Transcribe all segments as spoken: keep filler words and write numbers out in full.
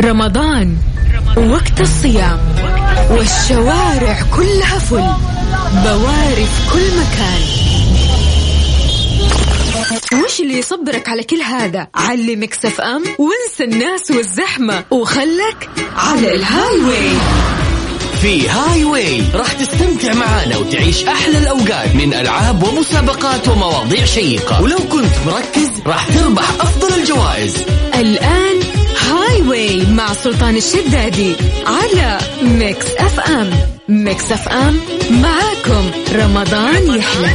رمضان وقت الصيام والشوارع كلها فل، بواري في كل مكان. وش اللي يصبرك على كل هذا؟ علي ميكس اف ام وانسى الناس والزحمة وخلك على الهاي واي. في هاي واي راح تستمتع معانا وتعيش أحلى الأوقات من ألعاب ومسابقات ومواضيع شيقة، ولو كنت مركز راح تربح أفضل الجوائز. الآن هاي واي مع سلطان الشدادي على ميكس اف ام. ميكس اف ام معاكم رمضان يحلى.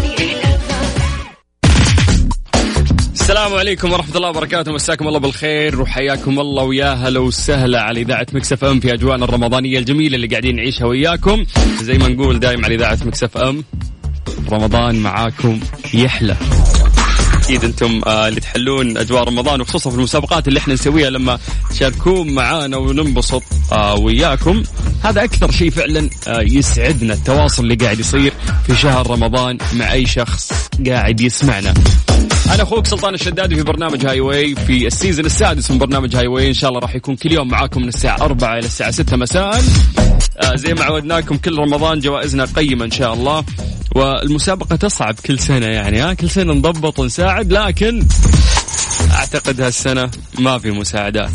السلام عليكم ورحمة الله وبركاته، مساكم الله بالخير وحياكم الله ويا هلا وسهلا على إذاعة ميكس اف ام في أجواءنا الرمضانية الجميلة اللي قاعدين نعيشها وياكم. زي ما نقول دايم على إذاعة ميكس اف ام، رمضان معاكم يحلى. أكيد أنتم آه اللي تحلون أجواء رمضان، وخصوصا في المسابقات اللي احنا نسويها لما تشاركون معانا وننبسط آه وياكم. هذا أكثر شيء فعلا آه يسعدنا، التواصل اللي قاعد يصير في شهر رمضان مع أي شخص قاعد يسمعنا. أنا أخوك سلطان الشدادي في برنامج هاي واي في السيزن السادس من برنامج هاي واي. إن شاء الله راح يكون كل يوم معاكم من الساعة أربعة إلى الساعة ستة مساء. آه زي ما عودناكم كل رمضان جوائزنا قيمة إن شاء الله، والمسابقة تصعب كل سنة يعني ها كل سنة نضبط ونساعد، لكن أعتقد هالسنة ما في مساعدات.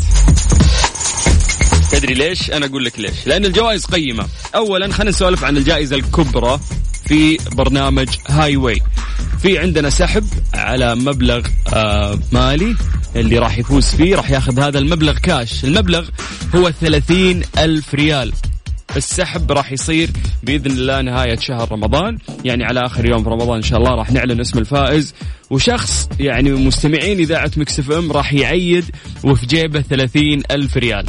تدري ليش؟ أنا أقول لك ليش. لأن الجوائز قيمة. أولا خلينا نسولف عن الجائزة الكبرى في برنامج هاي واي. في عندنا سحب على مبلغ آه مالي، اللي راح يفوز فيه راح ياخذ هذا المبلغ كاش. المبلغ هو ثلاثين ألف ريال. السحب راح يصير بإذن الله نهاية شهر رمضان، يعني على آخر يوم في رمضان إن شاء الله راح نعلن اسم الفائز، وشخص يعني مستمعين إذاعة ميكس اف ام راح يعيد وفي جيبه ثلاثين ألف ريال.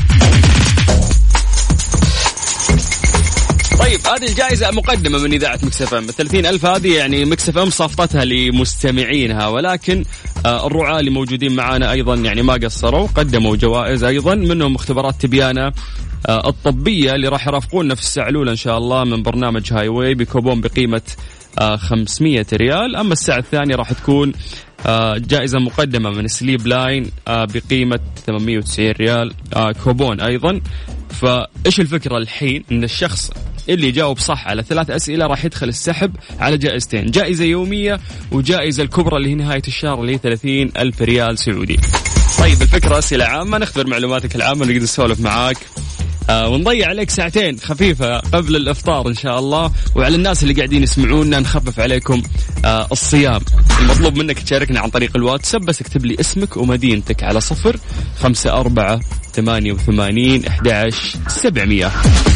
طيب هذه الجائزة مقدمة من إذاعة ميكس اف ام. الثلاثين ألف هذه يعني ميكس اف ام صافتها لمستمعينها، ولكن آه الرعاة اللي موجودين معانا أيضا يعني ما قصروا، قدموا جوائز أيضا، منهم اختبارات تبيانة آه الطبية اللي راح يرافقونا في الساعة الأولى إن شاء الله من برنامج هاي واي بكوبون بقيمة آه خمسمية ريال. أما الساعة الثانية راح تكون آه جائزة مقدمة من سليب لاين آه بقيمة ثمانمية وتسعين ريال آه كوبون أيضا. فإيش الفكرة الحين؟ إن الشخص اللي جاوب صح على ثلاث أسئلة راح يدخل السحب على جائزتين، جائزة يومية وجائزة الكبرى اللي هي نهاية الشهر اللي هي ثلاثين ألف ريال سعودي. طيب الفكرة أسئلة عامة، نختبر معلوماتك العامة، نقدر نسولف معاك آه ونضيع عليك ساعتين خفيفة قبل الإفطار إن شاء الله. وعلى الناس اللي قاعدين يسمعونا نخفف عليكم آه الصيام. المطلوب منك تشاركنا عن طريق الواتساب، بس اكتب لي اسمك ومدينتك على صفر خمسة أربعة ثمانية وثمانين أحد عشر سبعمية.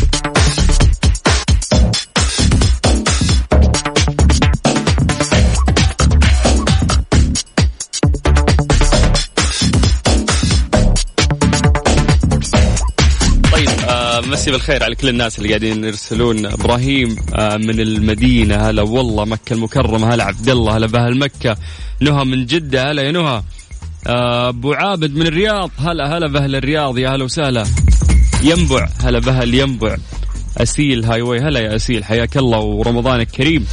مسي بالخير على كل الناس اللي قاعدين يرسلون. إبراهيم من المدينة، هلا والله. مكة المكرمة، هلا عبد الله، هلا بأهل مكة. نهى من جدة، هلا يا نهى. أبو عابد من الرياض، هلا هلا بأهل الرياض، يا هلا وسهلا. ينبع، هلا بأهل ينبع. أسيل هاي واي، هلا يا أسيل، حياك الله ورمضانك كريم.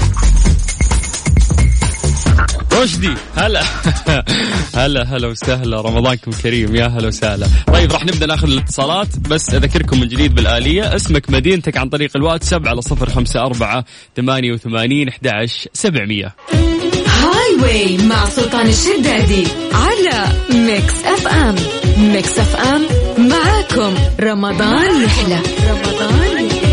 رشدي، هلا هلا هلا وسهلا، رمضانكم كريم، يا هلا وسهلا. طيب راح نبدأ ناخذ الاتصالات، بس أذكركم من جديد بالآلية، اسمك مدينتك عن طريق الواتساب على صفر خمسة أربعة ثمانية وثمانين أحد عشر سبعمية. هاي واي مع سلطان الشدادي على ميكس اف ام. ميكس اف ام معاكم رمضان يحلى. رمضان يحلى.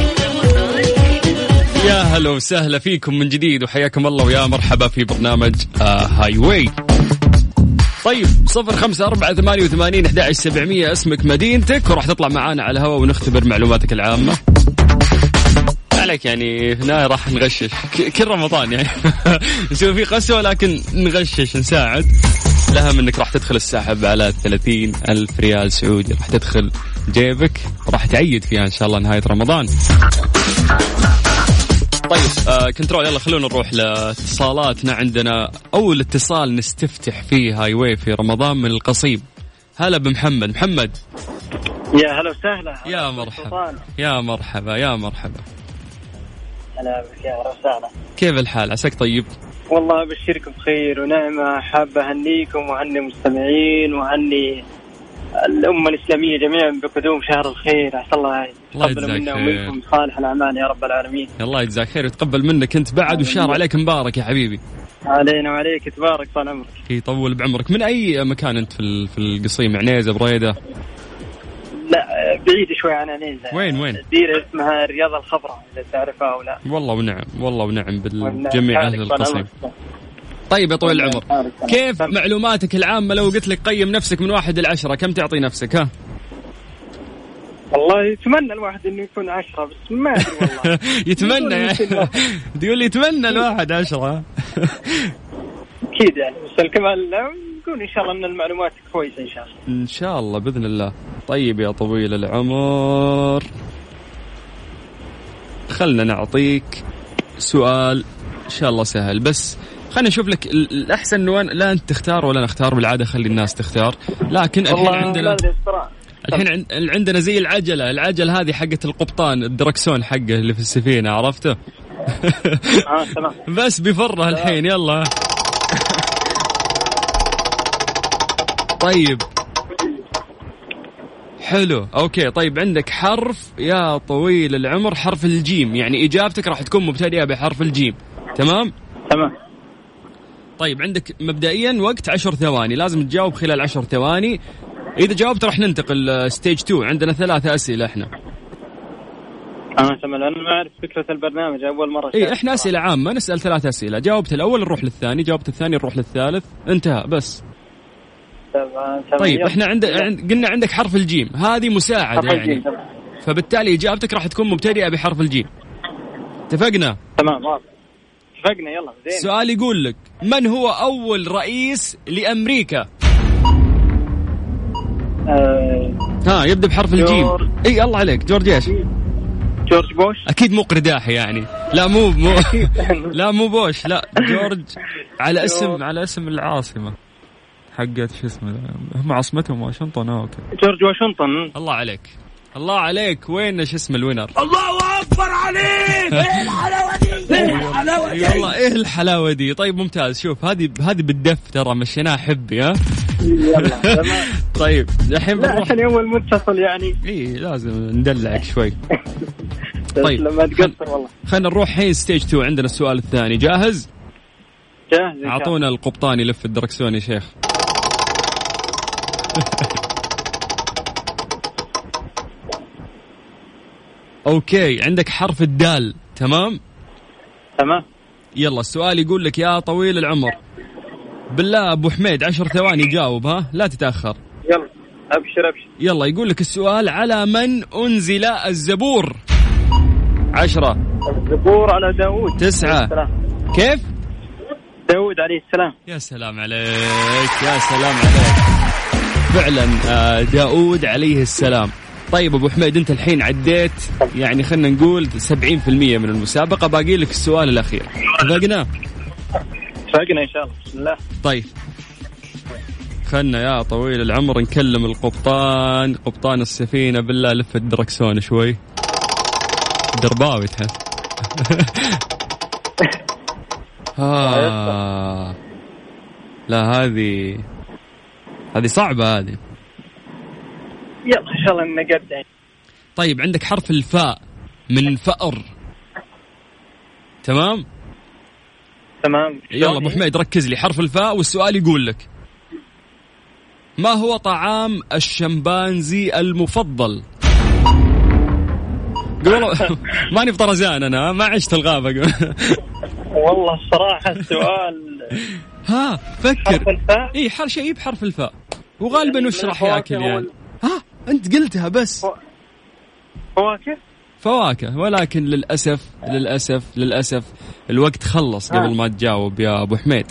يا هلا وسهلا فيكم من جديد وحياكم الله ويا مرحبا في برنامج آه هاي واي. طيب صفر خمسة أربعة ثمانية وثمانين أحد عشر سبعمية اسمك مدينتك وراح تطلع معانا على الهواء ونختبر معلوماتك العامة. عليك يعني هنا راح نغشش كل رمضان يعني نسوي فيه قسوة لكن نغشش نساعد. لها منك راح تدخل السحب على ثلاثين ألف ريال سعودي، راح تدخل جيبك راح تعيد فيها إن شاء الله نهاية رمضان. طيب آه كنترول، يلا خلونا نروح لاتصالاتنا. عندنا أول اتصال نستفتح فيه هاي واي في رمضان من القصيم. هلا بمحمد. محمد يا هلا وسهلا. يا مرحبا يا مرحبا يا مرحبا. هلا بك يا هلا وسهلا. كيف الحال؟ عساك طيب؟ والله بشركم بخير ونعمة. حابة أهنيكم وهني مستمعين وهني الأمة الإسلامية جميعا بقدوم شهر الخير. عسى الله يتقبل منا ومنكم صالح الأعمال يا رب العالمين. الله يجزاك خير ويتقبل منك أنت بعد، وشهر عليك مبارك يا حبيبي. علينا وعليك تبارك طال عمرك. يطول بعمرك. من أي مكان أنت في في القصيم؟ عنيزة، بريدة؟ لا بعيد شوي عن عنيزة. وين وين؟ ديرة اسمها الرياض الخضراء إذا تعرفها أو لا. والله ونعم والله ونعم بالجميع أهل القصيم. طيب يا طويل العمر، كيف معلوماتك العامة لو قلت لك قيم نفسك من واحد إلى عشرة كم تعطي نفسك؟ ها والله يتمنى الواحد إنه يكون عشرة بس ما أدري والله. يتمنى يعني تقول لي يتمنى الواحد عشرة. أكيد يعني بس الكمال نقول إن شاء الله إن المعلومات كويسة إن شاء الله. إن شاء الله بإذن الله. طيب يا طويل العمر، خلنا نعطيك سؤال إن شاء الله سهل، بس خلنا نشوف لك الأحسن إنه لا أنت تختار ولا نختار، بالعادة خلي الناس تختار. لكن الحين عندنا الحين عندنا زي العجلة العجلة هذه حقة القبطان، الدركسون حقه اللي في السفينة، عرفته؟ آه تمام. بس بفره الحين. يلا طيب حلو أوكي. طيب عندك حرف يا طويل العمر حرف الجيم، يعني إجابتك راح تكون مبتدئة بحرف الجيم. تمام تمام. طيب عندك مبدئيا وقت عشر ثواني، لازم تجاوب خلال عشر ثواني. إذا جاوبت راح ننتقل ستيج تو. عندنا ثلاثة أسئلة إحنا. أنا تمام. أنا ما أعرف فكرة البرنامج أول مرة. إيه إحنا أسئلة عامة، نسأل ثلاثة أسئلة، جاوبت الأول نروح للثاني، جاوبت الثاني نروح للثالث، انتهى بس. تمام. طيب إحنا عند... عند... قلنا عندك حرف الجيم، هذه مساعدة يعني، فبالتالي إجابتك راح تكون مبتدئة بحرف الجيم. اتفقنا؟ تمام اتفقنا. يلا زين. سؤال يقول لك من هو أول رئيس لأمريكا؟ أه... ها يبدأ بحرف الجيم. اي الله عليك. جورج ايش؟ جورج بوش. اكيد مو قرداحي يعني. لا مو مو لا مو بوش، لا جورج على اسم على اسم العاصمة حقت شو اسمه، هم عاصمتهم واشنطن. اوكي جورج واشنطن. الله عليك الله عليك. وين شو اسم الوينر؟ الله اكبر عليك. ايه الحلاوه دي ايه الحلاوه دي والله ايه الحلاوه دي. طيب ممتاز. شوف هذه هذه بالدف ترى مشيناها حبي. ها يلا تمام. طيب الحين لا عشان يوم المتصل يعني اي لازم ندلعك شوي. طيب لما تقصر والله. خلينا نروح الحين ستيج تو. عندنا السؤال الثاني. جاهز؟ جاهز. اعطونا القبطان يلف الدركسون يا شيخ. اوكي عندك حرف الدال. تمام تمام. يلا السؤال يقول لك يا طويل العمر، بالله ابو حميد عشر ثواني جاوب، ها لا تتاخر. يلا ابشر ابشر. يلا يقول لك السؤال على من انزل الزبور؟ عشرة. الزبور على داود. تسعة. كيف؟ داود عليه السلام. يا سلام عليك يا سلام عليك فعلا داود عليه السلام. طيب أبو حميد أنت الحين عديت يعني خلنا نقول سبعين في المية من المسابقة، باقي لك السؤال الأخير. اتفقنا؟ اتفقنا إن شاء الله. بسم الله. طيب خلنا يا طويل العمر نكلم القبطان، قبطان السفينة، بالله لف الدركسون شوي. درباوي تحس. ها لا هذه هذه صعبة هذه. يلا إن شاء الله نقدر. طيب عندك حرف الفاء من فأر. تمام تمام. يلا أبو حميد ركز لي. حرف الفاء والسؤال يقول لك ما هو طعام الشمبانزي المفضل؟ والله ماني في طرزان أنا، ما عشت الغابة. والله الصراحة السؤال ها فكر. حرف الفاء. إيه حر شيء بحرف الفاء وغالبا وش راح ياكل يعني؟ ها أنت قلتها بس. فواكه. فواكه، ولكن للأسف للأسف للأسف الوقت خلص قبل ما تجاوب يا أبو حميد.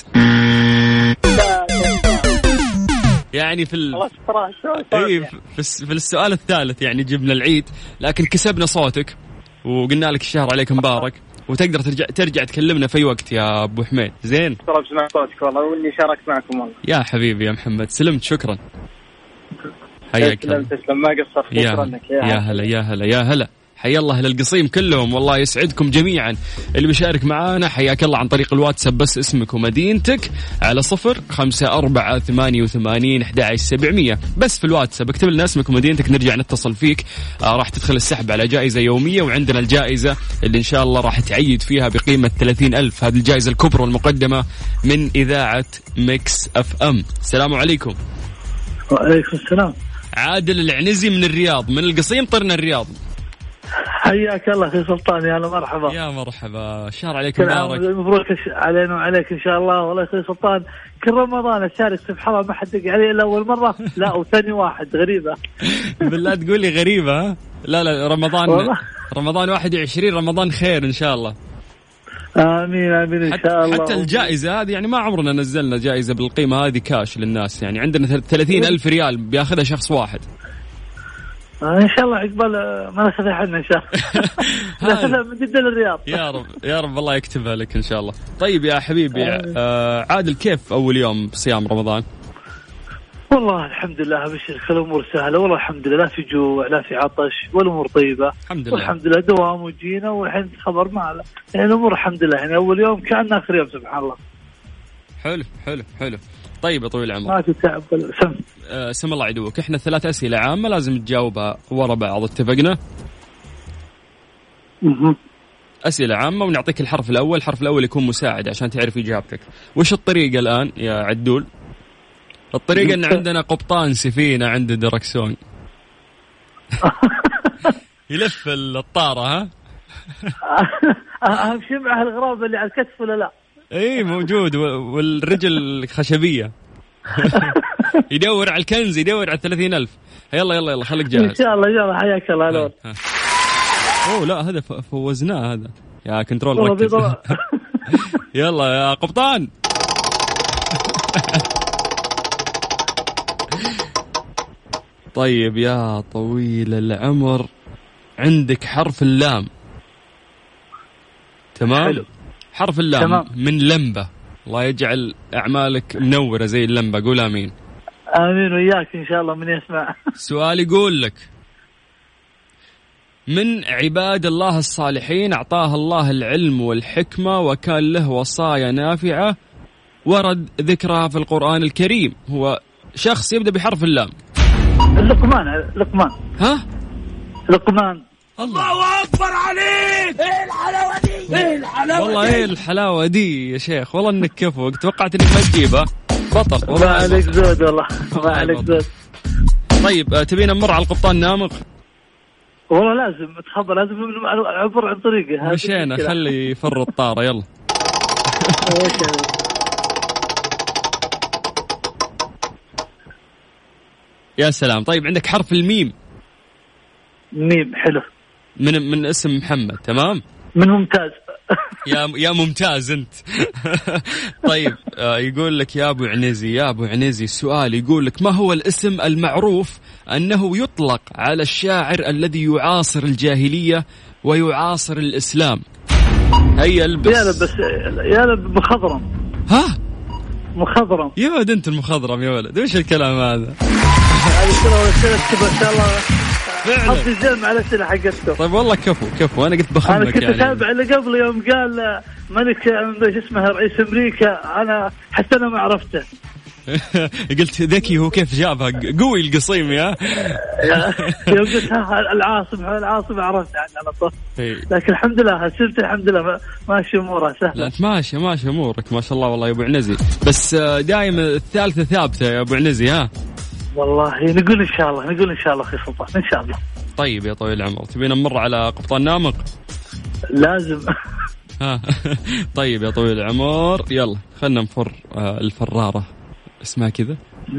يعني في ال... إيه في, في السؤال الثالث يعني جبنا العيد، لكن كسبنا صوتك وقلنا لك الشهر عليك مبارك، وتقدر ترجع ترجع تكلمنا في أي وقت يا أبو حميد. زين طلب سمع صوتك والله وإني شاركت معكم والله. يا حبيبي يا محمد سلمت. شكرا. حياك تسلم تسلم ما قصرت. يا هلا يا هلا يا هلا. حيا الله للقصيم كلهم، والله يسعدكم جميعا. اللي بيشارك معانا حياك الله عن طريق الواتساب، بس اسمك ومدينتك على صفر خمسة أربعة ثمانية وثمانين أحد عشر سبعمية. بس في الواتساب اكتب لنا اسمك ومدينتك نرجع نتصل فيك. آه راح تدخل السحب على جائزة يومية، وعندنا الجائزة اللي إن شاء الله راح تعيد فيها بقيمة ثلاثين ألف. هذه الجائزة الكبرى المقدمة من إذاعة ميكس أف أم. السلام عليكم. وعليكم السلام. عادل العنزي من الرياض، من القصيم طرنا الرياض. حياك الله في سلطان، يا مرحبا. يا مرحبا، شهر عليك مبارك. مبروك علينا وعليك ان شاء الله. والله يا سلطان كل رمضان اشارك سبحان الله ما حد دق علي الا اول مره. لا وثاني واحد غريبه. بالله تقول لي غريبه. لا لا رمضان والله. رمضان واحد وعشرين رمضان خير ان شاء الله. امين امين ان شاء الله. حتى الجائزه هذه يعني ما عمرنا نزلنا جائزه بالقيمه هذه كاش للناس، يعني عندنا ثلاثين ألف ريال بياخذها شخص واحد. ان شاء الله عقبال ما نسافر حنا ان شاء الله. نسافر من جدة للرياض. يا رب يا رب الله يكتبها لك ان شاء الله. طيب يا حبيبي آه عادل، كيف اول يوم صيام رمضان؟ والله الحمد لله ابشرك الامور سهله والله الحمد لله، لا في جوع لا في عطش والامور طيبه الحمد لله. والحمد لله دوام وجينا والحين خبر معنا يعني الامور الحمد لله. يعني اول يوم كان اخر يوم سبحان الله. حلو حلو حلو. طيب يا طويل العمر، ما في تعب سم آه سم الله يعدوك. احنا ثلاث اسئله عامه لازم تجاوبها ورا بعض، اتفقنا؟ اها اسئله عامه ونعطيك الحرف الاول. الحرف الاول يكون مساعد عشان تعرف اجابتك. وش الطريقه الان يا عدول؟ الطريقة أن عندنا قبطان سفينة عنده دركسون يلف الطارة. ها أهم شيء معه الغراب اللي على الكتف ولا لا؟ إيه موجود، والرجل خشبية يدور على الكنز، يدور على ثلاثين ألف. يلا يلا يلا خليك جاهز إن شاء الله. يلا حياك الله. لون أوه لا هذا فوزناه هذا يا كنترول ركز. يلا يا قبطان. طيب يا طويل العمر، عندك حرف اللام. تمام. حلو. حرف اللام تمام. من لمبة. الله يجعل أعمالك منورة زي اللمبة. قول آمين. آمين وياك إن شاء الله. من يسمع. سؤال يقول لك: من عباد الله الصالحين أعطاه الله العلم والحكمة وكان له وصايا نافعة ورد ذكرها في القرآن الكريم. هو شخص يبدأ بحرف اللام. لقمان. لقمان. ها؟ لقمان. الله أكبر عليك. ايه الحلاوة دي؟ ايه الحلاوة دي؟ والله ايه الحلاوة دي يا شيخ. والله انك كفو، توقعت انك ما تجيبها. بطل والله. ما عليك زود والله. ما عليك زود. طيب تبينا نمر على القبطان نامق؟ والله لازم تخبر، لازم عبر عن طريقه. مشينا خلي يفر الطارة. يلا. يا سلام. طيب عندك حرف الميم. ميم. حلو. من من اسم محمد. تمام. من ممتاز. يا يا ممتاز انت. طيب آه يقول لك يا ابو عنزي، يا ابو عنزي السؤال يقول لك: ما هو الاسم المعروف انه يطلق على الشاعر الذي يعاصر الجاهلية ويعاصر الاسلام؟ هيا البس. يا لبس يا لب مخضرم. ها؟ مخضرم. يا ولد انت المخضرم يا ولد. وش الكلام هذا؟ هذه كلها وسيلة كذا ان شاء الله. حطي زين على الأسئلة حقتكم. طيب والله كفو كفو. أنا قلت بخمك. أنا كنت يعني أتابع اللي قبل يوم قال ملك ايش اسمه رئيس أمريكا، أنا حتى أنا ما عرفته. قلت ذكي هو كيف جابها قوي القصيم يا. يوم قلت العاصمة العاصمة عرفت على طول. لكن الحمد لله سلت الحمد لله ماشي أمورها سهلة. لا ماشي ماشي أمورك ما شاء الله والله يا أبو عنزي. بس دائما الثالثة ثابتة يا أبو عنزي. ها والله نقول إن شاء الله نقول إن شاء الله أخي سلطان إن شاء الله. طيب يا طويل العمر تبينا نمر على قبطان نامق؟ لازم. ها طيب يا طويل العمر يلا خلنا نفر الفرارة اسمها كذا.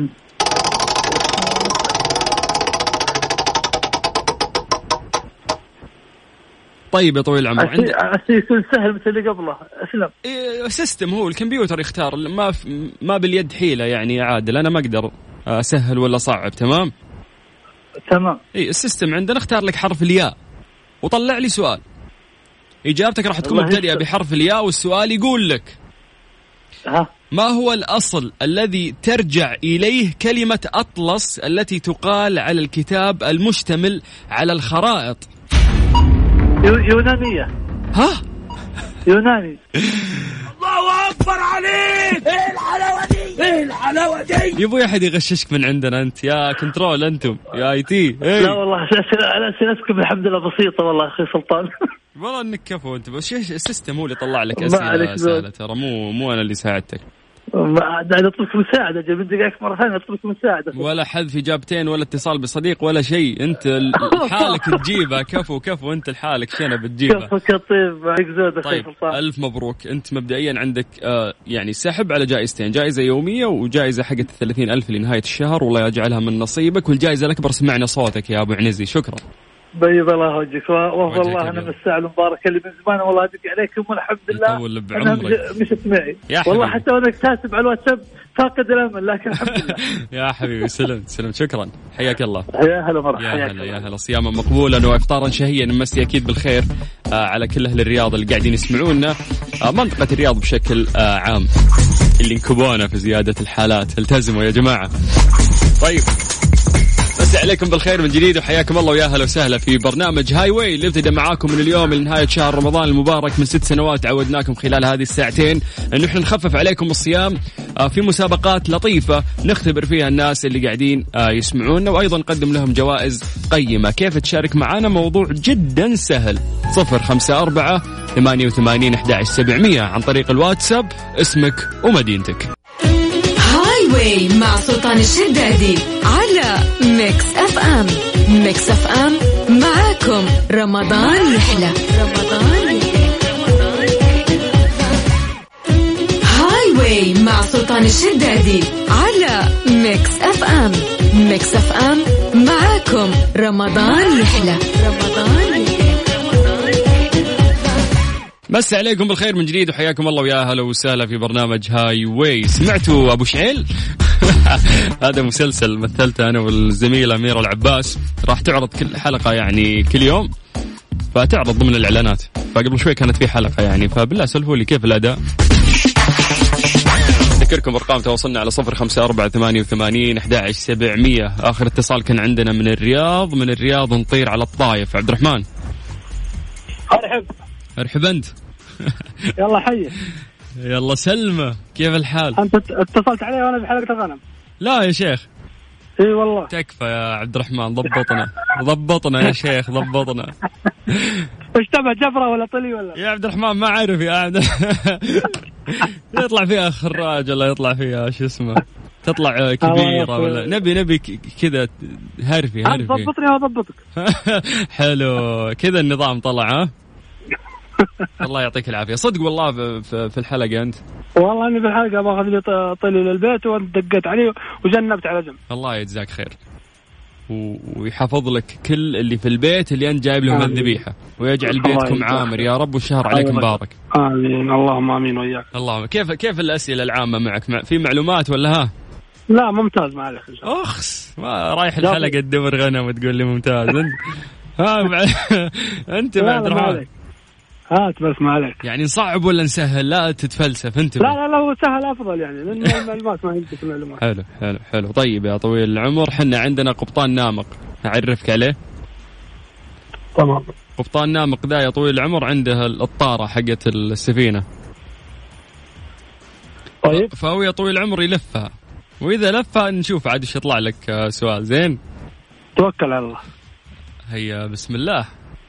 طيب يا طويل العمر عندي يكون سهل مثل اللي قبله. اسلم. إيه سيستم هو الكمبيوتر يختار ما ما باليد حيلة يعني يا عادل. أنا ما أقدر أسهل ولا صعب. تمام تمام. إيه السيستم عندنا اختار لك حرف الياء وطلع لي سؤال. إجابتك راح تكون مبتدئة بحرف الياء والسؤال يقول لك ها ما هو الأصل الذي ترجع إليه كلمة أطلس التي تقال على الكتاب المشتمل على الخرائط؟ يونانية. ها يوناني. الله أكبر عليك. إيه الحلاوة دي؟ إيه الحلاوة دي؟ يبغى أحد يغششك من عندنا أنت يا كنترول أنتم يا اي تي. إيه؟ لا والله أسئلتكم الحمد لله بسيطة والله أخي سلطان. والله إنك كفو أنت، بس إيش السيستم هو اللي طلع لك أسئلة سهلة ترى، مو مو أنا اللي ساعدتك. أنا أطلبك مساعدة جاي من دقائق مرة ثانية أطلبك مساعدة. ولا حذف إجابتين ولا اتصال بصديق ولا شيء، أنت لحالك تجيبها. كفو كفو أنت لحالك شنو بتجيبها. كفو كطيب معك زود. طيب ألف مبروك، أنت مبدئيا عندك آه يعني سحب على جائزتين، جائزة يومية وجائزة حقت الثلاثين ألف لنهاية الشهر، والله يجعلها من نصيبك، والجائزة الأكبر سمعنا صوتك يا أبو عنزي. شكرا. بيض الله وجهك. والله أنا مساء المبارك اللي من زمان والله أدق عليكم والحمد لله أنا مش اسمعي والله، حتى وأنا كاتب على الواتساب فاقد الأمل لكن الحمد لله. يا حبيبي سلم سلم شكرا حياك الله. يا هلا مرحبا. يا هلا يا هلا. صياما مقبولا وإفطارا شهيا، نمسي أكيد بالخير آه على كل أهل الرياض اللي قاعدين يسمعونا، آه منطقة الرياض بشكل آه عام اللي انكبونا في زيادة الحالات. التزموا يا جماعة. طيب مساء عليكم بالخير من جديد وحياكم الله ويا اهلا وسهلا في برنامج هاي واي اللي ابتدى معاكم من اليوم لنهاية شهر رمضان المبارك. من ست سنوات عودناكم خلال هذه الساعتين انه احنا نخفف عليكم الصيام في مسابقات لطيفة نختبر فيها الناس اللي قاعدين يسمعونا، وايضا نقدم لهم جوائز قيمة. كيف تشارك معنا؟ موضوع جدا سهل، صفر خمسة أربعة ثمانية وثمانين أحد عشر سبعمية عن طريق الواتساب، اسمك ومدينتك. هاي واي مع سلطان الشدادي على ميكس اف ام. ميكس اف ام معاكم رمضان يحلى. رمضان هاي واي مع سلطان الشدادي على ميكس اف ام. ميكس اف ام معاكم رمضان يحلى. رمضان يحلى. بس عليكم بالخير من جديد وحياكم الله ويا هلا وسهلا في برنامج هاي واي. سمعتوا أبو شعيل؟ هذا مسلسل مثلته أنا والزميلة أميرة العباس، راح تعرض كل حلقة يعني كل يوم، فتعرض ضمن الإعلانات. فقبل شوي كانت في حلقة يعني، فبالله سلفوا لي كيف الأداء. أذكركم أرقام تواصلنا على صفر خمسة أربعة ثمانية وثمانين أحد عشر سبعمية. آخر اتصال كان عندنا من الرياض. من الرياض نطير على الطايف. عبد الرحمن. أرحب. أرحب أنت. يلا حي. يلا سلمة، كيف الحال؟ أنت اتصلت علي وأنا بحلقة الغنم. لا يا شيخ. إيه والله. تكفى يا عبد الرحمن، ضبطنا ضبطنا يا شيخ ضبطنا. وش تبع جبرة ولا طلي ولا؟ يا عبد الرحمن ما عارف يا عبد. يطلع فيها خراج ولا يطلع فيها شو اسمه، تطلع كبيرة ولا نبي نبي كذا هرفي هرفي. ضبطني وضبطك. حلو كذا النظام طلع. ها الله يعطيك العافية. صدق والله في الحلقة أنت. والله أني في الحلقة باخذ لي طلي للبيت وأنت دقيت عليه وجنبت على جنب. الله يجزاك خير ويحفظ لك كل اللي في البيت اللي أنت جايب لهم الذبيحة، ويجعل بيتكم عامر يا رب والشهر عليكم مبارك. آمين اللهم آمين وإياك. اللهم. كيف كيف الأسئلة العامة معك؟ في معلومات ولا ها؟ لا ممتاز معلش. أخس ما رايح الحلقة تدور غنم وتقول لي ممتاز أنت. ها أنت بعد رحمة. هات بس ما عليك. يعني نصعب ولا نسهل؟ لا تتفلسف انت. لا لا لا هو سهل افضل يعني لان المعلومات ما عندك معلومات. حلو حلو حلو. طيب يا طويل العمر، حنا عندنا قبطان نامق اعرفك عليه. تمام. قبطان نامق ذا يا طويل العمر عنده الطارة حقت السفينة. طيب. فهو يا طويل العمر يلفها، واذا لفها نشوف عاد ايش يطلع لك سؤال. زين توكل على الله. هيا بسم الله.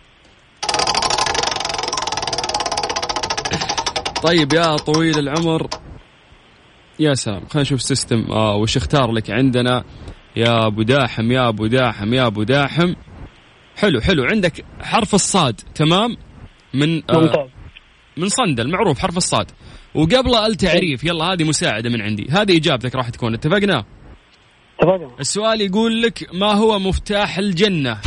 طيب يا طويل العمر، يا سلام، خلينا نشوف السيستم آه وش اختار لك عندنا يا ابو داحم. يا ابو داحم يا ابو داحم حلو حلو. عندك حرف الصاد، تمام، من آه من صندل معروف حرف الصاد، وقبله التعريف. يلا هذه مساعدة من عندي، هذه إجابتك راح تكون. اتفقنا؟ اتفقنا. السؤال يقول لك ما هو مفتاح الجنة؟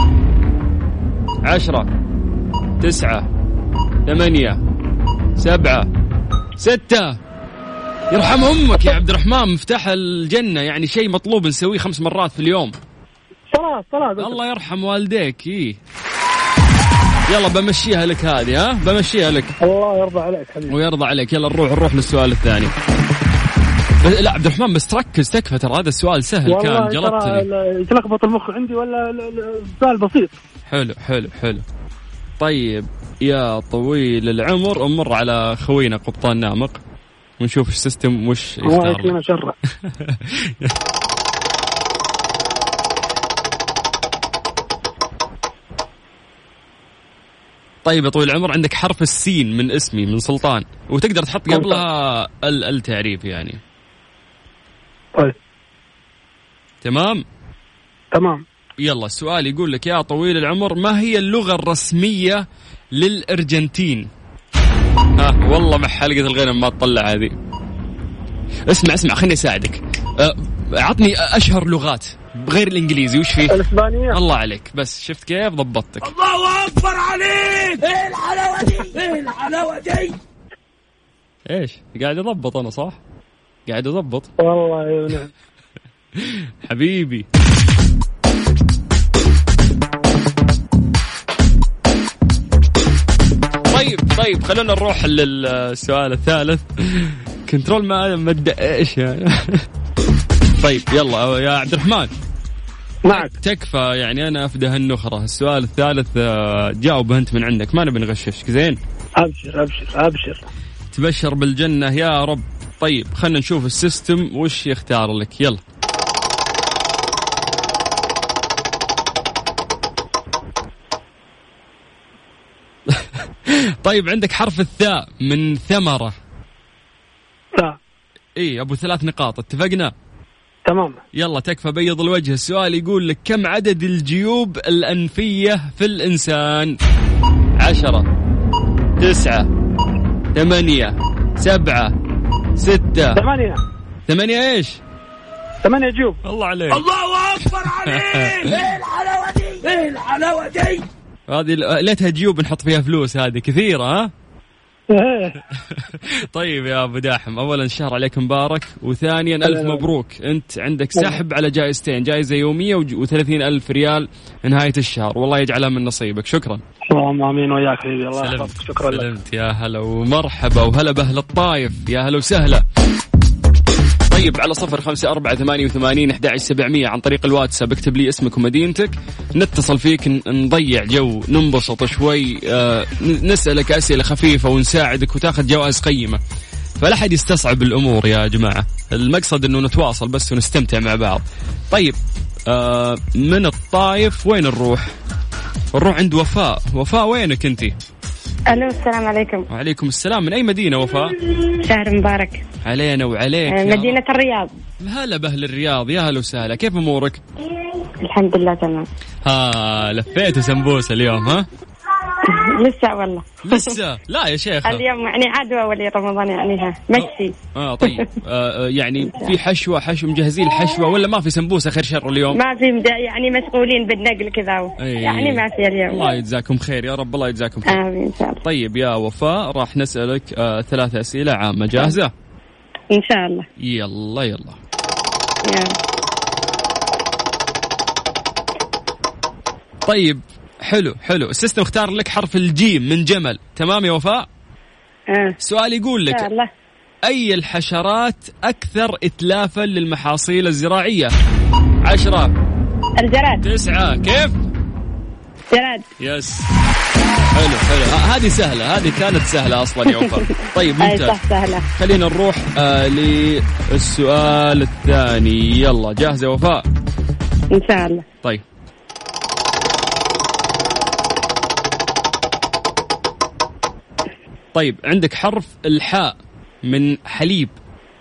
عشرة تسعة ثمانية سبعة ستة. يرحم أمك يا عبد الرحمن. مفتاح الجنة يعني شيء مطلوب نسويه خمس مرات في اليوم. صلاة صلاة. الله يرحم والديك. إيه يلا بمشيها لك هذه. ها بمشيها لك. الله يرضى عليك حبيبي. ويرضى عليك. يلا نروح نروح للسؤال الثاني. لا عبد الرحمن بس تركز تكفى، ترى هذا السؤال سهل كان جلطتني. يتلخبط المخ عندي ولا السؤال بسيط. حلو حلو حلو. طيب يا طويل العمر أمر على خوينا قبطان نامق ونشوف السيستم وش يختار. طيب يا طويل العمر عندك حرف السين من اسمي من سلطان وتقدر تحط قبلها ال التعريف يعني. طيب تمام تمام. يلا السؤال يقول لك يا طويل العمر ما هي اللغة الرسمية للأرجنتين؟ ها والله مع حلقة الغنم ما تطلع هذه. اسمع اسمع خليني أساعدك. أعطني أشهر لغات غير الإنجليزي وش فيه؟ الإسبانية. الله عليك بس شفت كيف ضبطتك. الله أكبر عليك. إيه الحلاوة دي إيه الحلاوة دي. إيش قاعد أضبط أنا صح؟ قاعد أضبط والله يا حبيبي. طيب طيب خلونا نروح للسؤال الثالث. كنترول ما ما تدقش يعني. طيب يلا يا عبد الرحمن معك. تكفى يعني أنا أفده النخرة. السؤال الثالث جاوب أنت من عندك ما نبي نغششك زين. أبشر أبشر أبشر. تبشر بالجنة يا رب. طيب خلنا نشوف السيستم وش يختار لك. يلا طيب عندك حرف الثاء من ثمرة. ثاء. ايه ابو ثلاث نقاط اتفقنا. تمام. يلا تكفى بيض الوجه. السؤال يقول لك كم عدد الجيوب الأنفية في الإنسان؟ عشرة تسعة ثمانية سبعة ستة ثمانية. ثمانية ايش؟ ثمانية جيوب. الله عليك. الله أكبر عليك. إيه الحلاوة دي إيه الحلاوة دي. هذه ليتها جيوب نحط فيها فلوس هذه كثيرة ها. طيب يا أبو داحم أولا شهر عليك مبارك وثانيا ألف مبروك. أنت عندك سحب على جائزتين جائزة يومية وثلاثين ألف ريال نهاية الشهر والله يجعلها من نصيبك. شكرا. اللهم آمين وياك حبيبي. الله يحفظك. شكرا لك. سلمت يا هلا ومرحبا وهلا بأهل الطايف يا هلا وسهلا. طيب على صفر خمسة أربعة ثمانية وثمانين أحد عشر سبعمية عن طريق الواتساب اكتب لي اسمك ومدينتك نتصل فيك نضيع جو ننبسط شوي آه نسألك أسئلة خفيفة ونساعدك وتاخذ جوائز قيمة. فلا حد يستصعب الأمور يا جماعة. المقصد أنه نتواصل بس ونستمتع مع بعض. طيب آه من الطايف وين نروح؟ نروح عند وفاء. وفاء وينك أنتي؟ ألو السلام عليكم. وعليكم السلام. من أي مدينة وفاء؟ شهر مبارك. علينا وعليك. مدينة الرياض. هلا بأهل الرياض يا هلا وسهلا. كيف أمورك؟ الحمد لله تمام. ها لفيت سمبوسة اليوم ها؟ لسه والله. لسه لا يا شيخ. اليوم يعني عدوى ولي رمضان يعني ها مشي. اه طيب آه يعني في حشوة حشو مجهزين الحشوة ولا ما في سمبوسة خير شر اليوم؟ ما في يعني مشغولين بالنقل كذا يعني ما في اليوم. الله يجزاكم خير يا رب. الله يجزاكم خير. آمين إن شاء الله. طيب يا وفاء راح نسألك آه ثلاث أسئلة عامة. جاهزة؟ إن شاء الله. يلا يلا. يلا. طيب حلو حلو. السيستم اختار لك حرف الجيم من جمل. تمام يا وفاء؟ آه. سؤال يقول لك أي الحشرات أكثر إتلافا للمحاصيل الزراعية؟ عشرة الجراد. تسعة كيف؟ جراد. يس حلو حلو. هذه سهلة. هذه كانت سهلة أصلا يا وفاء. طيب ممتاز. سهلة. خلينا نروح آه للسؤال الثاني. يلا جاهزة يا وفاء؟ إن شاء الله. طيب طيب عندك حرف الحاء من حليب.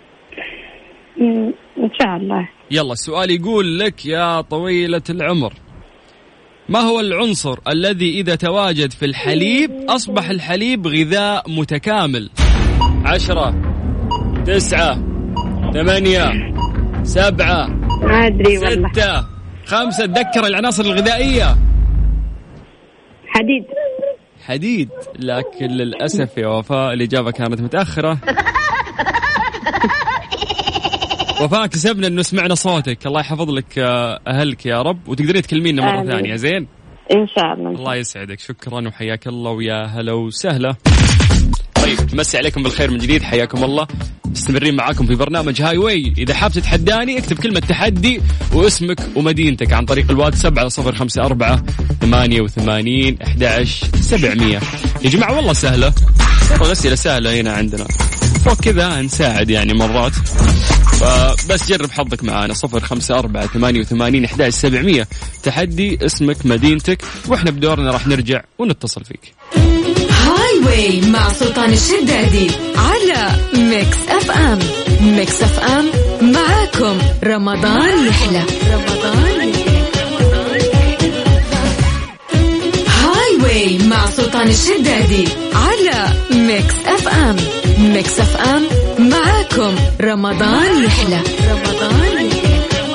إن شاء الله. يلا السؤال يقول لك يا طويلة العمر ما هو العنصر الذي إذا تواجد في الحليب أصبح الحليب غذاء متكامل؟ عشرة تسعة ثمانية سبعة ما أدري والله. ستة خمسة. تذكر العناصر الغذائية. حديد. حديد. لكن للأسف يا وفاء الإجابة كانت متأخرة. وفاء كسبنا إنه سمعنا صوتك. الله يحفظ لك أهلك يا رب وتقدرين تكلمينا مرة آمين. ثانية زين إن شاء الله. الله يسعدك. شكرا وحياك الله ويا هلا وسهلا. طيب مسي عليكم بالخير من جديد، حياكم الله. مستمرين معاكم في برنامج هاي واي. إذا حاب تتحداني اكتب كلمة تحدي واسمك ومدينتك عن طريق الواتساب على صفر خمسة أربعة ثمانية وثمانين أحد عشر سبعمية. يا جماعة والله سهلة، الأسئلة سهلة هنا عندنا، فوق كذا نساعد يعني مرات، فبس جرب حظك معانا. صفر خمسة أربعة ثمانية وثمانين أحد عشر سبعمية، تحدي اسمك مدينتك، وإحنا بدورنا راح نرجع ونتصل فيك. هاي واي مع سلطان الشدادي على ميكس اف ام. ميكس اف ام معاكم رمضان يحلى. رمضان يحلى. هاي واي مع سلطان الشدادي على ميكس اف ام. ميكس اف ام معاكم رمضان يحلى. رمضان يحلى.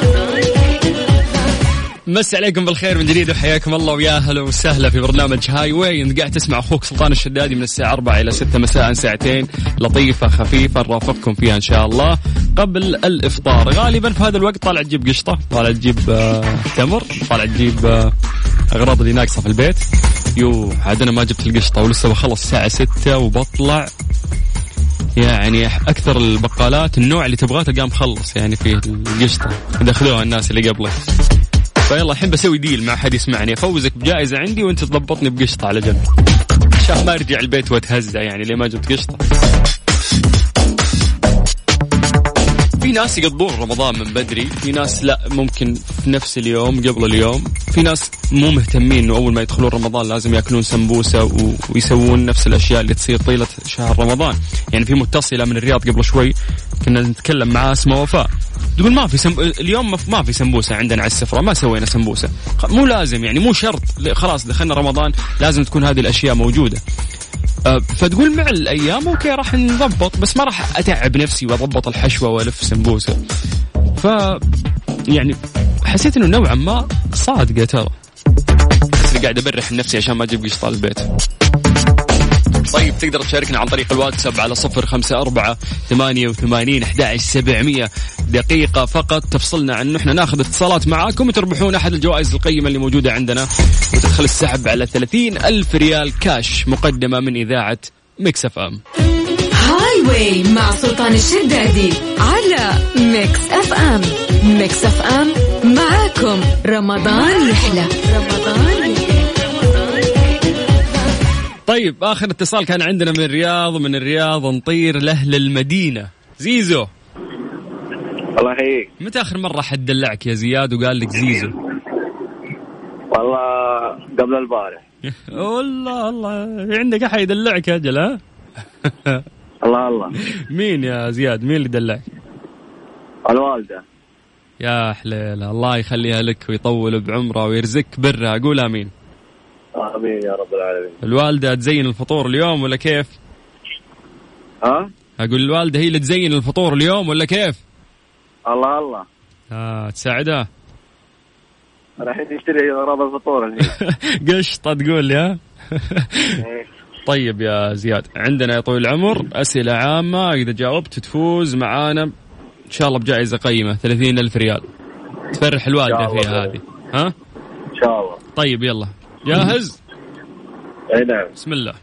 مسي عليكم بالخير من جديد وحياكم الله ويا هلا وسهلا في برنامج هاي واي. انت قاعد تسمع اخوك سلطان الشدادي من الساعة أربعة إلى ستة مساء، ساعتين لطيفة خفيفة نرافقكم فيها ان شاء الله قبل الافطار. غالبا في هذا الوقت طالع تجيب قشطة، طالع تجيب آه تمر، طالع تجيب آه اغراض اللي ناقصة في البيت. يو عاد انا ما جبت القشطة ولسه بخلص الساعة ستة وبطلع، يعني أكثر البقالات النوع اللي تبغاه تلقاه مخلص يعني فيه القشطة، دخلوها الناس اللي قبلك. فيلا الحين بسوي ديل مع حد يسمعني، أفوزك بجائزة عندي وانت تضبطني بقشطة على جنب عشان ما ارجع البيت واتهزأ يعني ليه ما جبت قشطة. في ناس يقضون رمضان من بدري، في ناس لا ممكن في نفس اليوم قبل اليوم، في ناس مو مهتمين انه اول ما يدخلون رمضان لازم ياكلون سمبوسة ويسوون نفس الاشياء اللي تصير طيلة شهر رمضان. يعني في متصلة من الرياض قبل شوي كنا نتكلم معها اسمها وفاء، تقول ما في سم... اليوم ما في سمبوسة عندنا على السفرة، ما سوينا سمبوسة. مو لازم يعني، مو شرط خلاص دخلنا رمضان لازم تكون هذه الاشياء موجودة. فتقول مع الأيام أوكي راح نضبط، بس ما راح أتعب نفسي وأضبط الحشوة وألف سمبوسة. ف يعني حسيت إنه نوعا ما صادقة ترى، بس اللي قاعد أبرح نفسي عشان ما أجيب قشطة البيت. طيب تقدر تشاركنا عن طريق الواتساب على صفر خمسة أربعة ثمانية وثمانين أحد عشر سبعمية. دقيقة فقط تفصلنا عن إحنا ناخذ اتصالات معاكم وتربحون أحد الجوائز القيمة اللي موجودة عندنا، وتدخل السحب على ثلاثين ألف ريال كاش مقدمة من إذاعة ميكس اف ام. هاي واي مع سلطان الشدادي على ميكس اف ام. ميكس اف ام معاكم رمضان يحلى. رمضان يحلى. طيب آخر اتصال كان عندنا من الرياض، ومن الرياض نطير لأهل المدينة. زيزو الله يحييك. متى آخر مرة حد دلعك يا زياد وقال لك زيزو؟ والله قبل البارح. والله الله عندك أحد يدلعك يا جل ها؟ الله الله. مين يا زياد، مين اللي دلعك؟ الوالدة. يا حليلة، الله يخليها لك ويطول بعمرها ويرزقك برها، أقول آمين. آمين يا رب العالمين. الوالدة تزين الفطور اليوم ولا كيف؟ ها؟ أقول الوالدة هي اللي تزين الفطور اليوم ولا كيف؟ الله الله. آه تساعدها؟ راح نشتري أغراض الفطور الحين. قشطة تقول لي ها؟ طيب يا زياد عندنا يا طويل العمر أسئلة عامة، إذا جاوبت تفوز معانا إن شاء الله بجائزة قيمة ثلاثين ألف ريال تفرح الوالدة فيها هذه. ها؟ إن شاء الله. طيب يلا جاهز؟ أي نعم. بسم الله.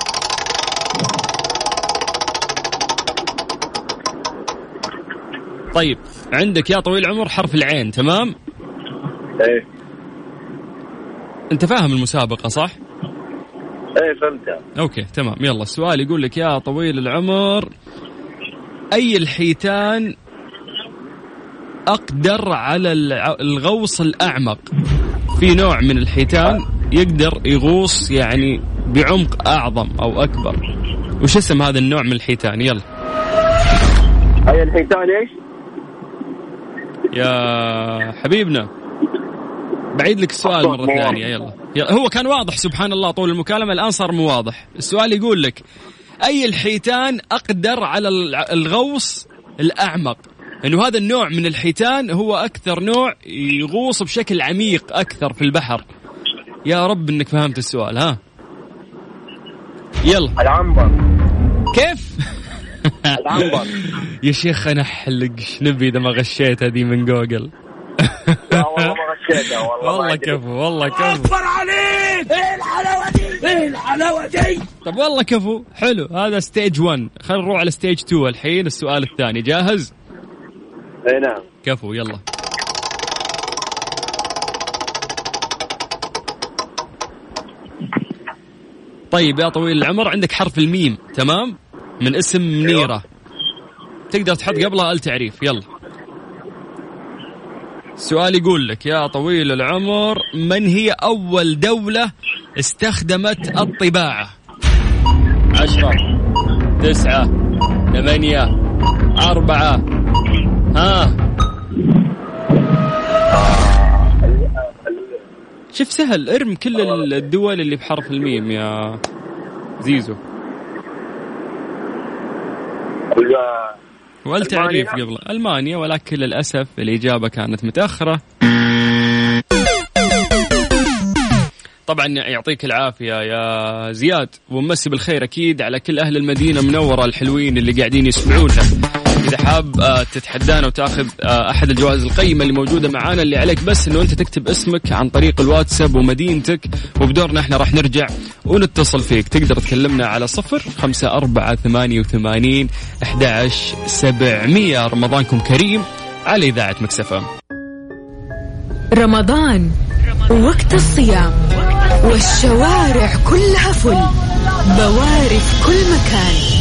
طيب عندك يا طويل العمر حرف العين، تمام؟ ايه. انت فاهم المسابقة صح؟ ايه فهمتها. اوكي تمام. يلا السؤال يقول لك يا طويل العمر، اي الحيتان اقدر على الغوص الاعمق؟ في نوع من الحيتان يقدر يغوص يعني بعمق اعظم او اكبر، وش اسم هذا النوع من الحيتان؟ يلا. اي الحيتان ايش يا حبيبنا؟ بعيد لك السؤال مرة ثانية. يلا. يلا هو كان واضح سبحان الله طول المكالمة، الآن صار مو واضح. السؤال يقول لك أي الحيتان أقدر على الغوص الأعمق؟ إنه هذا النوع من الحيتان هو أكثر نوع يغوص بشكل عميق أكثر في البحر. يا رب إنك فهمت السؤال. ها يلا. العنبر. كيف؟ العنبر. يا شيخ أنا حلقش نبي إذا ما غشيت هذه من جوجل. لا والله ما غشيتها والله. والله كفو والله كفو. أكبر عليك. إيه الحلاوة دي؟ ايه الحلاوة دي. طب والله كفو حلو. هذا ستيج واحد. خلينا نروح على ستيج اثنين الحين. السؤال الثاني جاهز؟ اي نعم. كفو يلا. طيب يا طويل العمر عندك حرف الميم تمام من اسم منيرة. تقدر تحط قبلها التعريف. يلا السؤال يقول لك يا طويل العمر من هي أول دولة استخدمت الطباعة؟ عشرة تسعة ثمانية أربعة ها. شوف سهل ارم كل الدول اللي بحرف الميم يا زيزو. والتعريف قبل ألمانيا ولكن للأسف الإجابة كانت متأخرة. طبعا يعطيك العافية يا زياد ومسي بالخير أكيد على كل أهل المدينة منورة الحلوين اللي قاعدين يسمعونا. إذا حاب تتحدانا وتاخذ أحد الجوائز القيمة اللي موجودة معانا اللي عليك بس إنه أنت تكتب اسمك عن طريق الواتساب ومدينتك وبدورنا إحنا راح نرجع ونتصل فيك. تقدر تكلمنا على صفر خمسة أربعة ثمانية وثمانين أحد عشر سبعمية. رمضانكم كريم على إذاعة مكس إف إم. رمضان وقت الصيام والشوارع كلها فل بواري في كل مكان.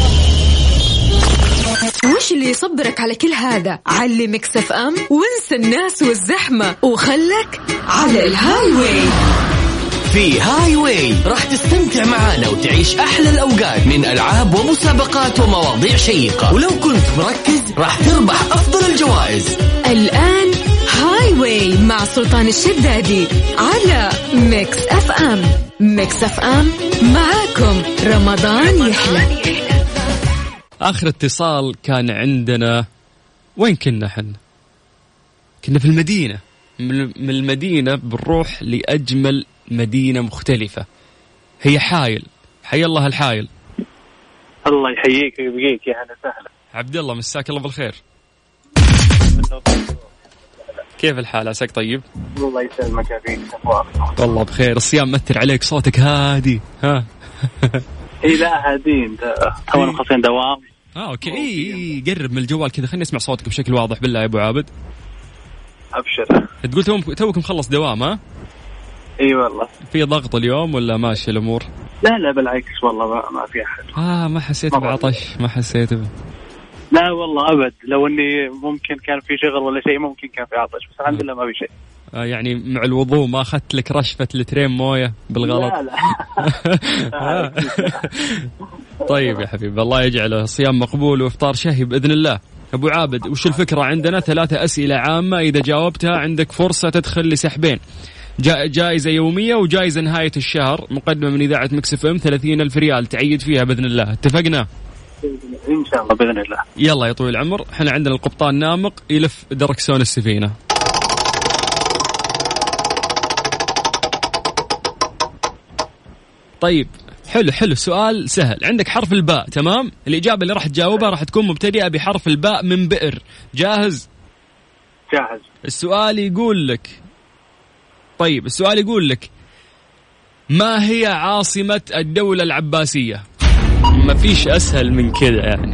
وش اللي يصبرك على كل هذا؟ علي مكس إف إم وانسى الناس والزحمة وخلك على الهاي واي. في هاي واي راح تستمتع معانا وتعيش أحلى الأوقات من ألعاب ومسابقات ومواضيع شيقة. ولو كنت مركز راح تربح أفضل الجوائز. الآن هاي واي مع سلطان الشدادي على مكس إف إم. مكس إف إم معاكم رمضان يحلى. آخر اتصال كان عندنا وين كنا حنا؟ كنا في المدينة. من المدينة بنروح لأجمل مدينة مختلفة هي حايل. حي الله الحايل. الله يحييك ويبقيك يا هلا سهلا. عبد الله مساك الله بالخير. كيف الحال؟ عساك طيب؟ الله يسلمك يا فيك. والله بخير. الصيام متر عليك صوتك هادي ها. اي لا هادين تونا مخلصين دوام. اه اوكي اي قرب من الجوال كذا خليني اسمع صوتك بشكل واضح بالله يا ابو عابد. ابشر. تقول توك توك مخلص دوام ها؟ اي والله. في ضغط اليوم ولا ماشي الامور؟ لا لا بالعكس والله ما, ما في احد. اه ما حسيت بعطش ما حسيت ب... لا والله ابد. لو اني ممكن كان في شغل ولا شيء ممكن كان في عطش بس الحمد لله ما في شيء. آه يعني مع الوضوء ما أخذت لك رشفة لترين موية بالغلط؟ لا لا. طيب يا حبيبي الله يجعله صيام مقبول وإفطار شهي بإذن الله. أبو عابد وش الفكرة؟ عندنا ثلاثة أسئلة عامة إذا جاوبتها عندك فرصة تدخل لسحبين. جا جائزة يومية وجائزة نهاية الشهر مقدمة من إذاعة مكس إف إم ثلاثين ألف ريال تعيد فيها بإذن الله. اتفقنا؟ إن شاء الله بإذن الله. يلا يا طويل العمر احنا عندنا القبطان نامق يلف دركسون السفينة. طيب حلو حلو سؤال سهل. عندك حرف الباء تمام. الإجابة اللي راح تجاوبها راح تكون مبتدئة بحرف الباء من بئر. جاهز؟ جاهز. السؤال يقول لك طيب السؤال يقول لك ما هي عاصمة الدولة العباسية؟ ما فيش أسهل من كذا يعني.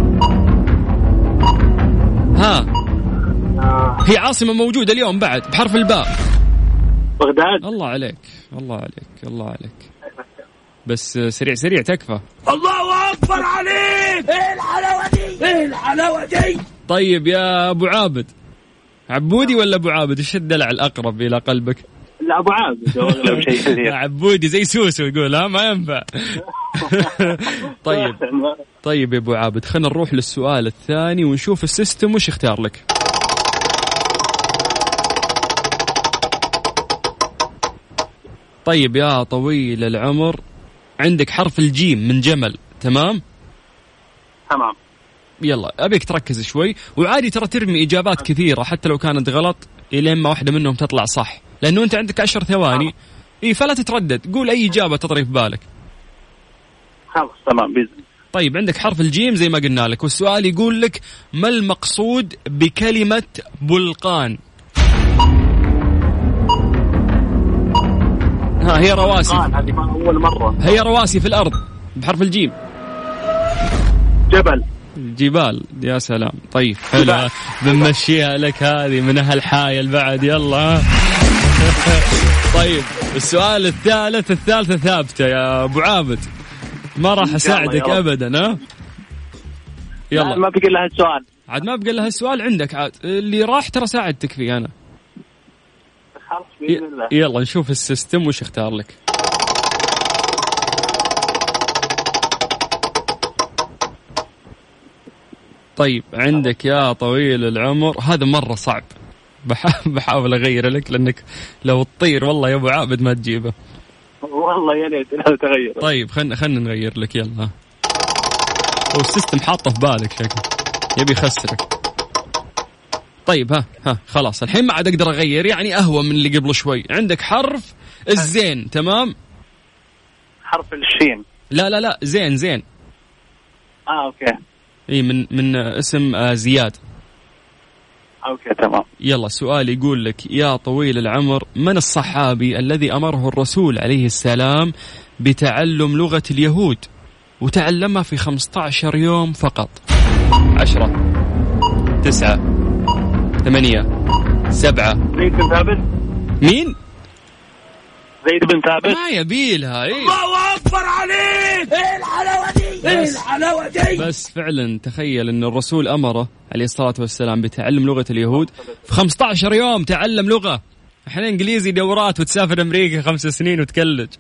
ها هي عاصمة موجودة اليوم بعد بحرف الباء. بغداد. الله عليك الله عليك الله عليك. بس سريع سريع تكفى. الله أكبر عليك. ايه الحلاوة دي ايه الحلاوة دي. طيب يا أبو عابد عبودي ولا أبو عابد ايش الدلع الأقرب إلى قلبك؟ لا أبو عابد أغلب شيء. عبودي زي سوسو يقول ها ما ينفع. طيب طيب يا أبو عابد خلنا نروح للسؤال الثاني ونشوف السيستم وش اختار لك. طيب يا طويل العمر عندك حرف الجيم من جمل تمام؟ تمام. يلا أبيك تركز شوي وعادي ترى ترمي إجابات كثيرة حتى لو كانت غلط إلى ما واحدة منهم تطلع صح لأنه أنت عندك عشر ثواني. إيه فلا تتردد قول أي إجابة تطري في بالك. خلاص تمام بإذن. طيب عندك حرف الجيم زي ما قلنا لك والسؤال يقول لك ما المقصود بكلمة بلقان؟ ها هي رواسي. هذه ما أول مرة. هي رواسي في الأرض بحرف الجيم. جبل. جبال. يا سلام. طيب حلو بنمشيها لك هذه من أهل حايل بعد. يلا. طيب السؤال الثالث الثالثة ثابتة يا أبو عابد ما راح أساعدك أبدا. ها يلا ما بقى لها السؤال عاد ما بقى لها السؤال عندك عاد اللي راح ترى ساعدتك فيه أنا. ي... يلا نشوف السيستم وش اختار لك. طيب عندك يا طويل العمر هذا مرة صعب بحاول أغير لك لأنك لو تطير والله يا أبو عابد ما تجيبه والله يا ليت لو تغير. طيب خلنا خلنا نغير لك. يلا هو السيستم حاطه في بالك شكله يبي يخسرك. طيب ها ها خلاص الحين ما عاد أقدر أغير يعني أهوى من اللي قبل شوي. عندك حرف الزين. تمام. حرف الشين. لا لا لا زين زين. آه أوكي. إيه من من اسم آه زياد. أوكي تمام. يلا سؤال يقول لك يا طويل العمر من الصحابي الذي أمره الرسول عليه السلام بتعلم لغة اليهود وتعلمها في خمسة عشر يوم فقط؟ عشرة تسعة ثمانية سبعة. زيد بن ثابت. مين؟ زيد بن ثابت. ما يبيلها. إيه؟ الله أكبر عليك. إيه الحلاوة دي. إيه الحلاوة دي. بس فعلا تخيل أن الرسول أمره عليه الصلاة والسلام بتعلم لغة اليهود في خمسة عشر يوم. تعلم لغة. احنا انجليزي دورات وتسافر امريكا خمس سنين وتكلج.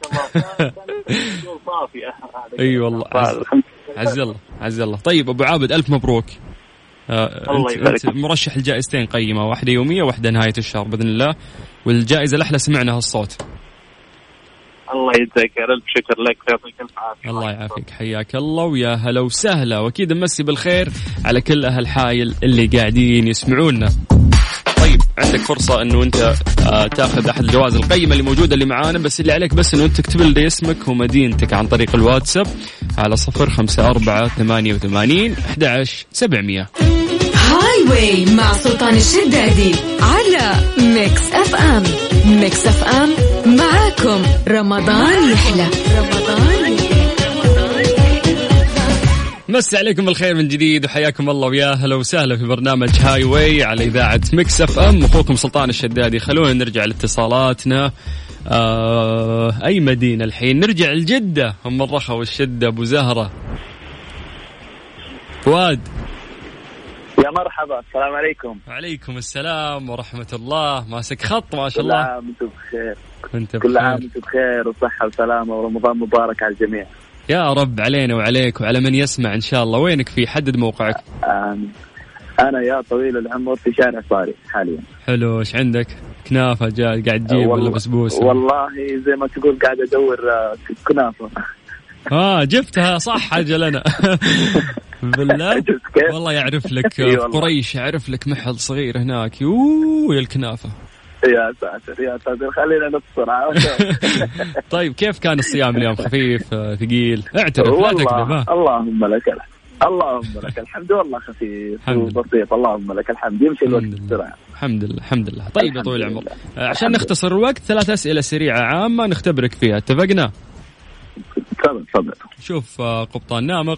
اي والله عز الله عز الله. طيب ابو عابد الف مبروك. آه انت, انت مرشح الجائزتين قيمة واحدة يومية واحدة نهاية الشهر باذن الله والجائزة الاحلى سمعنا هالصوت. الله يجزاك الف شكر لك ويعطيك الف عافية. الله يعافيك حياك الله ويا هلا وسهلا واكيد نمسي بالخير على كل اهل حايل اللي قاعدين يسمعونا. طيب عندك فرصة انه انت آه تاخذ احد الجوائز القيمة اللي موجودة اللي معانا بس اللي عليك بس انه انت تكتب لي اسمك ومدينتك عن طريق الواتساب على صفر خمسة أربعة ثمانية وثمانين أحد عشر سبعمية. هاي واي مع سلطان الشدادي على ميكس اف ام. ميكس اف ام معاكم رمضان يحلى. رمضان يحلى. مسي عليكم الخير من جديد وحياكم الله ويا هلا وسهلا في برنامج هاي واي على إذاعة ميكس اف ام. أخوكم سلطان الشدادي. خلونا نرجع لاتصالاتنا. آه أي مدينة الحين؟ نرجع لجدة أم الرخا والشدة أبو زهرة. فؤاد. يا مرحبا. السلام عليكم. وعليكم السلام ورحمة الله. ماسك خط ما شاء الله. كل عام وانتم بخير. كنت كل عام وانتم بخير وصحة وسلامة ورمضان مبارك على الجميع. يا رب علينا وعليك وعلى من يسمع إن شاء الله. وينك في حدد موقعك؟ آمين. أنا يا طويل العمر في شارع صاري حاليا. حلو. إيش عندك؟ كنافة جاي قاعد تجيب ولا بسبوسة؟ والله زي ما تقول قاعد أدور كنافة. آه جبتها صح أجل أنا. بالله والله يعرف لك قريش يعرف لك محل صغير هناك. يوه يا الكنافة. يا ساتر يا ساتر خلينا نبصر. طيب كيف كان الصيام اليوم؟ خفيف ثقيل؟ اعترف لا تكذب. اللهم لك الحمد. اللهم لك الحمد والله خفيف وبسيط. اللهم لك الحمد. يمشي الوقت بسرعة. الحمد لله الحمد لله. طيب يا طويل العمر عشان نختصر الوقت ثلاث أسئلة سريعة عامة نختبرك فيها. اتفقنا؟ تفضل تفضل. شوف قبطان نامق.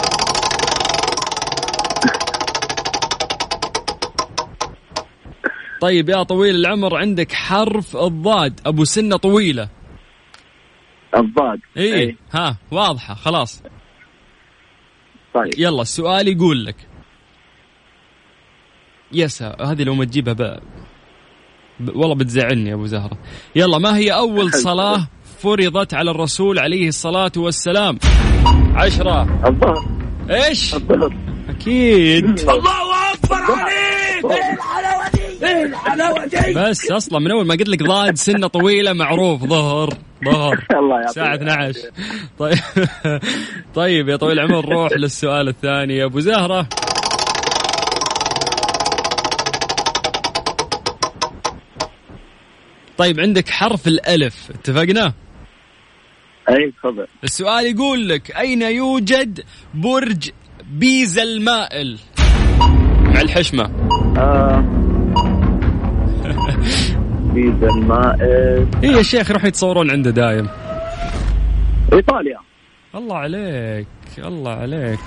طيب يا طويل العمر عندك حرف الضاد أبو سنة طويلة. الضاد. إيه أي. ها واضحة خلاص. طيب يلا السؤال يقول لك يسا هذه لو ما تجيبها بقى ب... والله بتزعلني يا أبو زهرة. يلا ما هي أول صلاة فرضت على الرسول عليه الصلاة والسلام؟ عشرة. الظهر. إيش؟ الظهر. أكيد. الله أكبر عليك. إيه الحلاوة دي. إيه الحلاوة دي. بس أصلا من أول ما قلت لك ضاد سنة طويلة معروف ظهر ظهر الساعة اثني عشر. طيب طيب يا طويل العمر نروح للسؤال الثاني يا أبو زهرة. طيب عندك حرف الألف. اتفقنا؟ أي تفضل. السؤال يقول لك أين يوجد برج بيزا المائل؟ مع الحشمة. آه. الحديد المائل. إيه يا شيخ روح يتصورون عنده دايم. إيطاليا. الله عليك الله عليك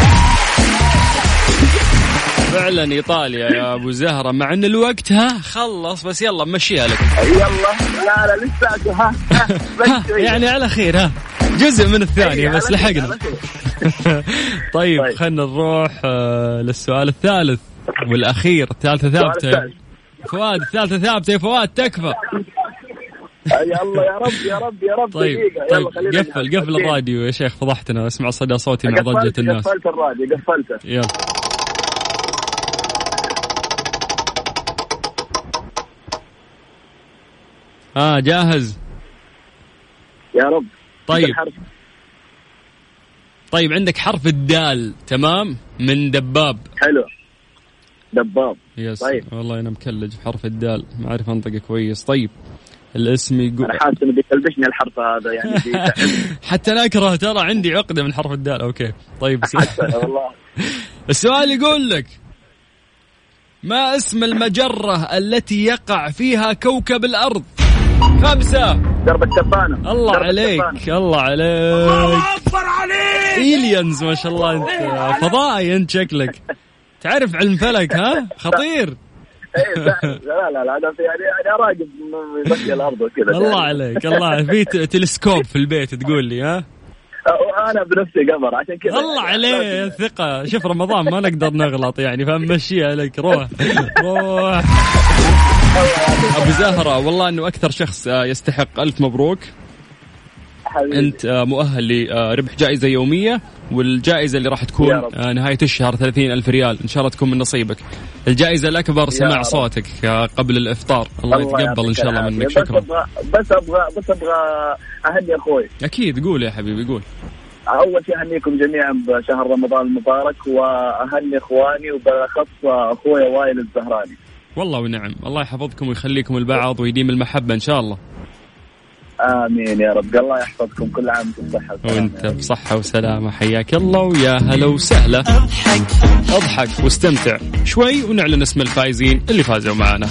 فعلا إيطاليا يا أبو زهرة، مع أن الوقت ها خلص بس يلا مشيها لك. يلا لا لا لسه ها, ها يعني على خير ها جزء من الثانية بس لحقنا. طيب, طيب. خلنا نروح آه للسؤال الثالث والأخير. الثالثة ثابتة فؤاد، الثالثة ثابتة يا فؤاد تكفى. يا الله يا رب يا رب يا رب. طيب, طيب قفل قفل الراديو يا شيخ فضحتنا، اسمع صدى صوتي مع ضجة الناس. قفلت الراديو قفلته. يلا ها آه جاهز يا رب. طيب طيب عندك حرف الدال تمام من دباب. حلو دباب. يس طيب. والله أنا مكلج في حرف الدال ما أعرف أنطقه كويس. طيب الاسم يقول أنا حاسس إنه بيكلبشني الحرف هذا يعني حتى أنا أكره ترى عندي عقدة من حرف الدال. أوكي طيب والله. السؤال يقول لك ما اسم المجرة التي يقع فيها كوكب الأرض؟ خمسة. درب التبانة. الله عليك التبانة. الله عليك الله أكبر عليك. إيليانز ما شاء الله أنت فضائي أنت شكلك تعرف علم فلك ها خطير. لا لا لا أنا يعني أنا راقب مشي الأرض وكذا. الله عليك الله في تلسكوب في البيت تقول لي ها. أنا بنفسي قمر عشان كذا. الله عليه الثقة. شوف رمضان ما نقدر نغلط يعني فمشيها لك. روح روح أبو زهرة والله أنه أكثر شخص يستحق. ألف مبروك حبيبي. أنت مؤهل لربح جائزة يومية والجائزة اللي راح تكون نهاية الشهر ثلاثين ألف ريال إن شاء الله تكون من نصيبك. الجائزة الأكبر سماع صوتك قبل الإفطار. الله, الله يتقبل إن شاء الله منك. شكرا. بس أبغى بس أبغى بس أبغى أهني أخوي. أكيد قول يا حبيبي قول. أول شيء أهنيكم جميعا بشهر رمضان المبارك وأهني إخواني وبالأخص أخوي وائل الزهراني. والله ونعم الله يحفظكم ويخليكم البعض ويديم المحبة إن شاء الله. آمين يا رب. الله يحفظكم كل عام بصحة وسلامة. وانت بصحة وسلامة حياك الله ويا هلا وسهلا. اضحك واستمتع شوي ونعلن اسم الفائزين اللي فازوا معنا.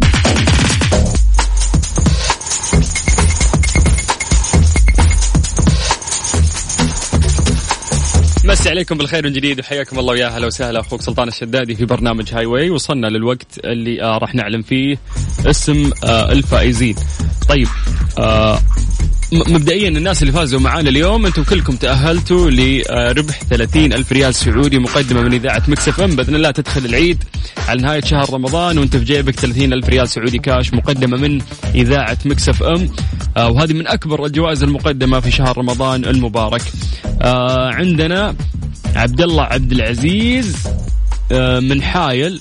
مسي عليكم بالخير من جديد وحياكم الله ويا هلا وسهلا. أخوك سلطان الشدادي في برنامج هاي واي. وصلنا للوقت اللي آه راح نعلم فيه اسم آه الفائزين. طيب آه مبدئيا الناس اللي فازوا معانا اليوم انتم كلكم تأهلتوا لربح ثلاثين ألف ريال سعودي مقدمة من إذاعة مكس اف ام. بإذن الله تدخل العيد على نهاية شهر رمضان وانت في جيبك ثلاثين ألف ريال سعودي كاش مقدمة من إذاعة مكس اف ام. آه وهذه من أكبر الجوائز المقدمة في شهر رمضان المبارك. آه عندنا عبد الله عبد العزيز آه من حايل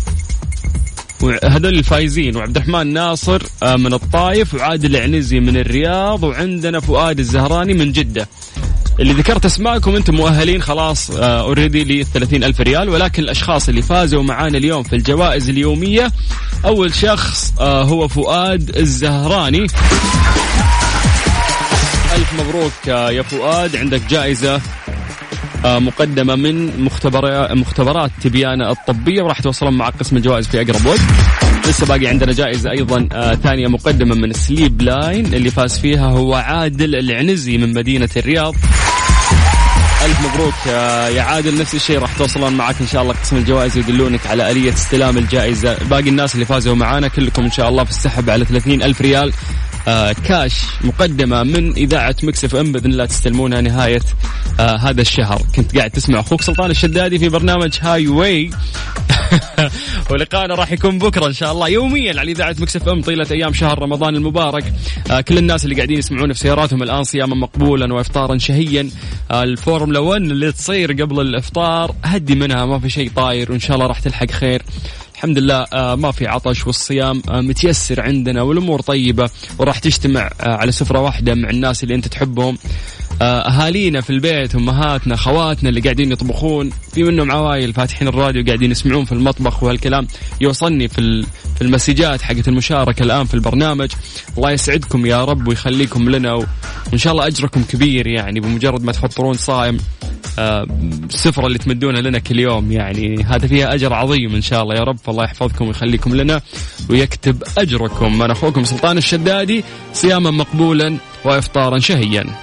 وهذول الفايزين، وعبد الرحمن ناصر من الطائف، وعادل العنزي من الرياض، وعندنا فؤاد الزهراني من جدة. اللي ذكرت اسماءكم انتم مؤهلين خلاص اوريدي للثلاثين ألف ريال. ولكن الاشخاص اللي فازوا معانا اليوم في الجوائز اليومية، اول شخص هو فؤاد الزهراني. ألف مبروك يا فؤاد، عندك جائزة مقدمة من مختبر مختبرات تبيانة الطبية، وراح توصلون مع قسم الجوائز في أقرب وقت. لسه باقي عندنا جائزة أيضا ثانية مقدمة من سليب لاين، اللي فاز فيها هو عادل العنزي من مدينة الرياض. ألف مبروك يا عادل، نفس الشيء راح توصلون معك إن شاء الله قسم الجوائز يدلونك على آلية استلام الجائزة. باقي الناس اللي فازوا معانا كلكم إن شاء الله في السحب على ثلاثين ألف ريال آه كاش مقدمة من إذاعة مكس اف ام بإذن الله تستلمونها نهاية آه هذا الشهر. كنت قاعد تسمع أخوك سلطان الشدادي في برنامج هاي واي ولقانا راح يكون بكرة إن شاء الله يوميا على إذاعة مكس اف ام طيلة أيام شهر رمضان المبارك. آه كل الناس اللي قاعدين يسمعون في سياراتهم الآن صياما مقبولا وإفطارا شهيا. آه الفورمولا واحد اللي تصير قبل الإفطار هدي منها، ما في شيء طاير، وإن شاء الله راح تلحق خير. الحمد لله آه ما في عطش، والصيام آه متيسر عندنا، والأمور طيبة، وراح تجتمع آه على سفرة واحدة مع الناس اللي أنت تحبهم. آه أهالينا في البيت، أمهاتنا، خواتنا اللي قاعدين يطبخون، في منهم عوائل فاتحين الراديو قاعدين يسمعون في المطبخ، وهالكلام يوصلني في في المسجات حقت المشاركة الآن في البرنامج. الله يسعدكم يا رب ويخليكم لنا، وإن شاء الله أجركم كبير يعني بمجرد ما تفطرون صائم السفرة اللي تمدونها لنا كل يوم، يعني هذا فيها أجر عظيم إن شاء الله يا رب. الله يحفظكم ويخليكم لنا ويكتب أجركم. أنا أخوكم سلطان الشدادي، صياما مقبولا وإفطارا شهيا.